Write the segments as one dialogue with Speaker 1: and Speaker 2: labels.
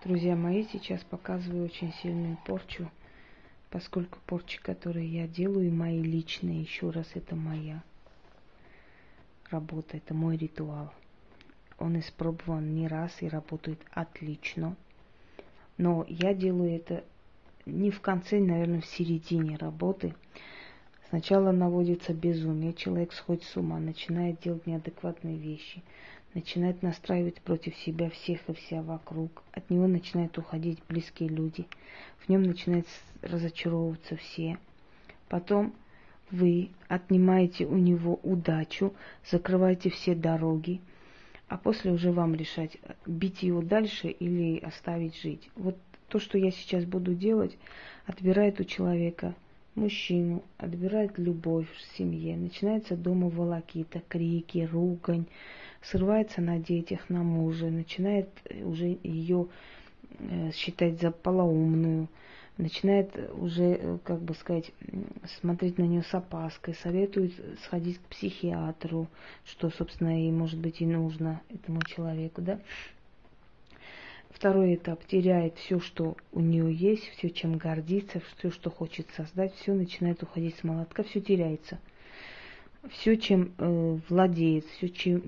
Speaker 1: Друзья мои, сейчас показываю очень сильную порчу, поскольку порчи, которые я делаю, мои личные, еще раз, это моя работа, это мой ритуал. Он испробован не раз и работает отлично. Но я делаю это не в конце, наверное, в середине работы. Сначала наводится безумие, человек сходит с ума, начинает делать неадекватные вещи, начинает настраивать против себя всех и вся вокруг. От него начинают уходить близкие люди, в нем начинают разочаровываться все. Потом вы отнимаете у него удачу, закрываете все дороги, а после уже вам решать, бить его дальше или оставить жить. Вот то, что я сейчас буду делать, отбирает у человека мужчину, отбирает любовь в семье, начинается дома волокита, крики, ругань, срывается на детях, на муже, начинает уже ее считать за полоумную, начинает уже, как бы сказать, смотреть на нее с опаской, советует сходить к психиатру, что, собственно, и может быть и нужно этому человеку, да. Второй этап: теряет все, что у нее есть, все, чем гордится, все, что хочет создать, все начинает уходить с молотка, все теряется. Все, чем владеет, все,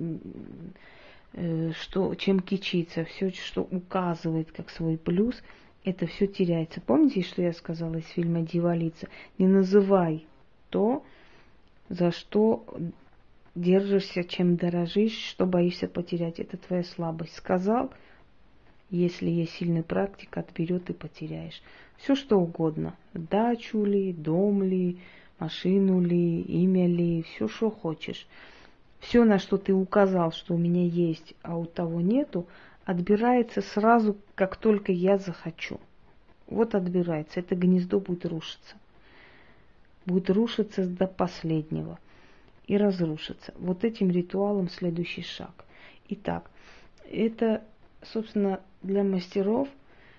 Speaker 1: чем кичится, все, что указывает как свой плюс, это все теряется. Помните, что я сказала из фильма «Дьяволица»? Не называй то, за что держишься, чем дорожишь, что боишься потерять. Это твоя слабость. Сказал, если есть сильный практик, отберет и потеряешь. Все что угодно. Дачу ли, дом ли, машину ли, имя ли, все, что хочешь. Все, на что ты указал, что у меня есть, а у того нету, отбирается сразу, как только я захочу. Вот отбирается. Это гнездо будет рушиться. Будет рушиться до последнего. И разрушиться. Вот этим ритуалом следующий шаг. Итак, это, собственно, для мастеров,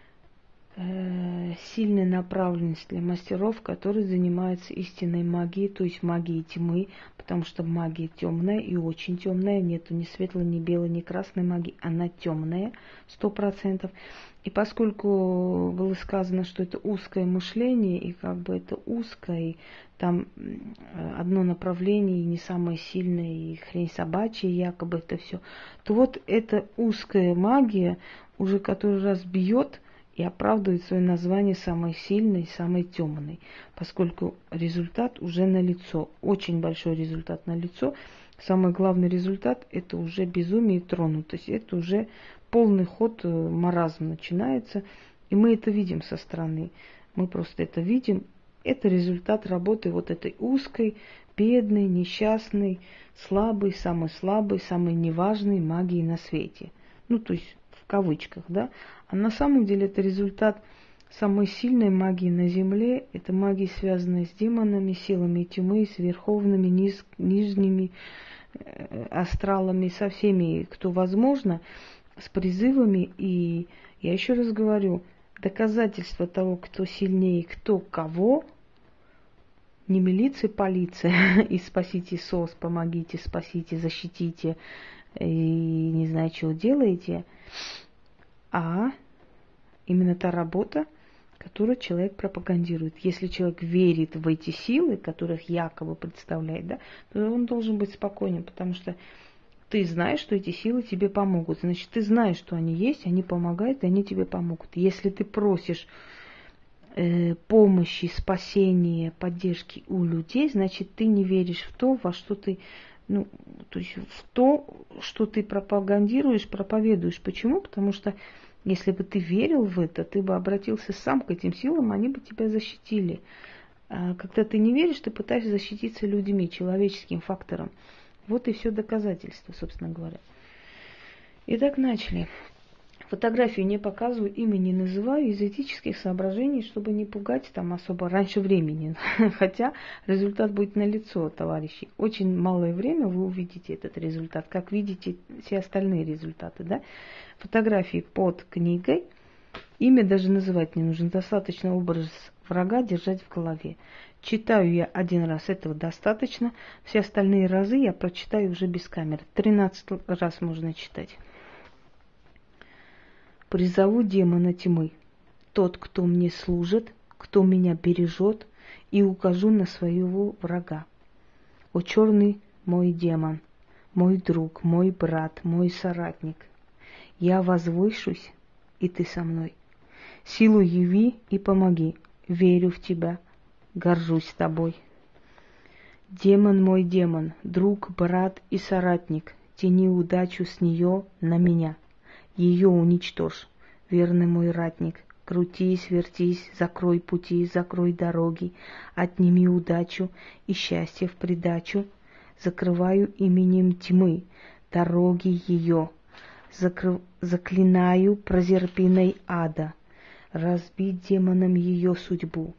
Speaker 1: сильная направленность для мастеров, которые занимаются истинной магией, то есть магией тьмы, потому что магия темная и очень темная, нету ни светлой, ни белой, ни красной магии, она темная, 100%. И поскольку было сказано, что это узкое мышление, и как бы это узкое, и там одно направление, и не самое сильное, и хрень собачья, якобы это все, то вот эта узкая магия уже который раз бьет и оправдывает свое название самой сильной, самой темной, поскольку результат уже налицо, очень большой результат налицо. Самый главный результат – это уже безумие и тронутость, это уже полный ход, маразм начинается, и мы это видим со стороны, мы просто это видим. Это результат работы вот этой узкой, бедной, несчастной, слабой, самой неважной магии на свете. Ну, то есть в кавычках, да. А на самом деле это результат самой сильной магии на Земле. Это магия, связанная с демонами, силами тьмы, с верховными, нижними астралами, со всеми, кто возможно, с призывами. И я еще раз говорю, доказательство того, кто сильнее, кто кого, не милиция, полиция, и спасите СОС, помогите, спасите, защитите, и не знаю, чего делаете, а именно та работа, которую человек пропагандирует. Если человек верит в эти силы, которых якобы представляет, да, то он должен быть спокойным, потому что ты знаешь, что эти силы тебе помогут. Значит, ты знаешь, что они есть, они помогают, и они тебе помогут. Если ты просишь помощи, спасения, поддержки у людей, значит, ты не веришь в то, во что ты, ну, то есть в то, что ты пропагандируешь, проповедуешь. Почему? Потому что если бы ты верил в это, ты бы обратился сам к этим силам, они бы тебя защитили. А когда ты не веришь, ты пытаешься защититься людьми, человеческим фактором. Вот и все доказательство, собственно говоря. Итак, начали. Фотографию не показываю, имя не называю из этических соображений, чтобы не пугать там особо раньше времени. Хотя результат будет налицо, товарищи. Очень малое время вы увидите этот результат, как видите все остальные результаты. Да? Фотографии под книгой. Имя даже называть не нужно. Достаточно образ врага держать в голове. Читаю я один раз, этого достаточно. Все остальные разы я прочитаю уже без камеры. 13 раз можно читать. Призову демона тьмы, тот, кто мне служит, кто меня бережет, и укажу на своего врага. О черный мой демон, мой друг, мой брат, мой соратник, я возвышусь, и ты со мной. Силу яви и помоги, верю в тебя, горжусь тобой. Демон мой демон, друг, брат и соратник, тяни удачу с нее на меня. Ее уничтожь, верный мой ратник. Крутись, вертись, закрой пути, закрой дороги, отними удачу и счастье в придачу. Закрываю именем тьмы дороги ее, заклинаю прозерпиной ада, разбить демоном ее судьбу.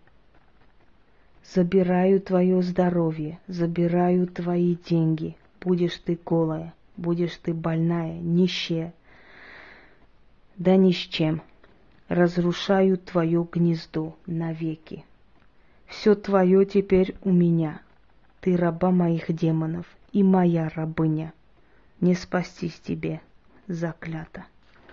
Speaker 1: Забираю твое здоровье, забираю твои деньги. Будешь ты голая, будешь ты больная, нищая, да ни с чем. Разрушаю твое гнездо навеки. Все твое теперь у меня. Ты раба моих демонов и моя рабыня. Не спастись тебе, заклята.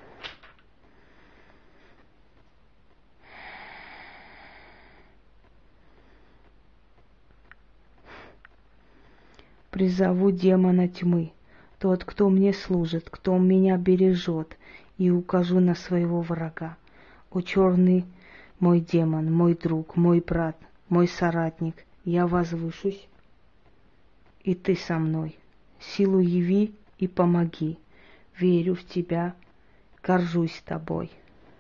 Speaker 1: Призову демона тьмы, тот, кто мне служит, кто меня бережет, и укажу на своего врага. О черный мой демон, мой друг, мой брат, мой соратник, я возвышусь, и ты со мной. Силу яви и помоги, верю в тебя, горжусь тобой.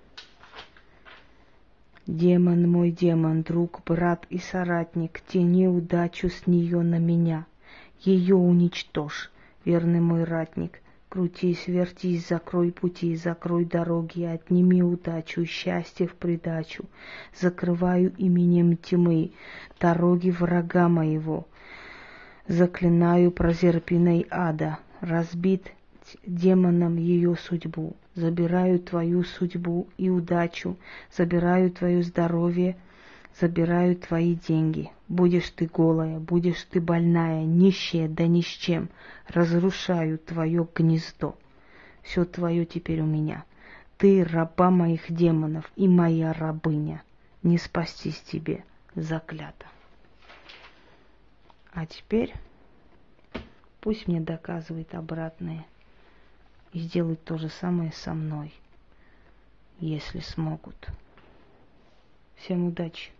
Speaker 1: Демон мой демон, друг, брат и соратник, тяни удачу с нее на меня. Ее уничтожь, верный мой ратник. Крутись, вертись, закрой пути, закрой дороги, отними удачу, счастье в придачу. Закрываю именем тьмы дороги врага моего. Заклинаю прозерпиной ада, разбит демоном ее судьбу. Забираю твою судьбу и удачу, забираю твое здоровье, забираю твои деньги. Будешь ты голая, будешь ты больная, нищая, да ни с чем. Разрушаю твое гнездо. Все твое теперь у меня. Ты раба моих демонов и моя рабыня. Не спастись тебе, заклята. А теперь пусть мне доказывает обратное и сделают то же самое со мной, если смогут. Всем удачи!